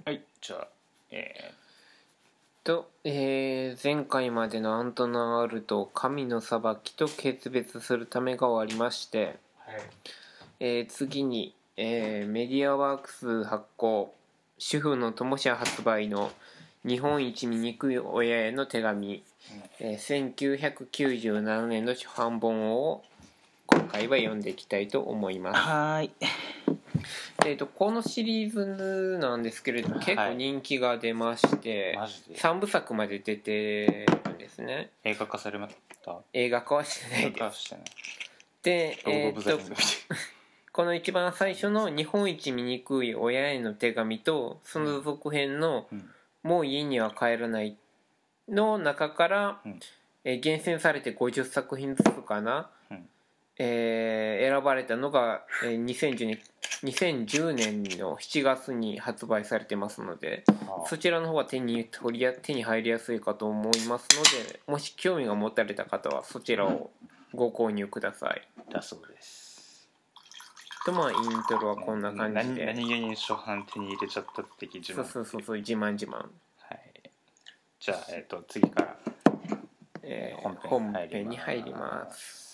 はい、じゃあ、 前回までのアントナールと神の裁きと決別するためが終わりまして、次に、メディアワークス発行主婦の友社発売の日本一醜い親への手紙、1997年の初版本を今回は読んでいきたいと思います。 はい。 このシリーズなんですけれども、結構人気が出まして、 マジで 3部作まで出てるんですね。 映画化されました？ 映画化はしてないです。で、この一番最初の日本一醜い親への手紙とその続編のもう家には帰らないの中から、厳選されて50作品ずつかな、選ばれたのが2010年の7月に発売されてますので、そちらの方が手に入りやすいかと思いますので、もし興味が持たれた方はそちらをご購入ください。 だそうです。 と、まあイントロはこんな感じで、 何気に初版手に入れちゃった的自慢。 そう自慢。はい。 じゃあ、次から、 本編に入ります。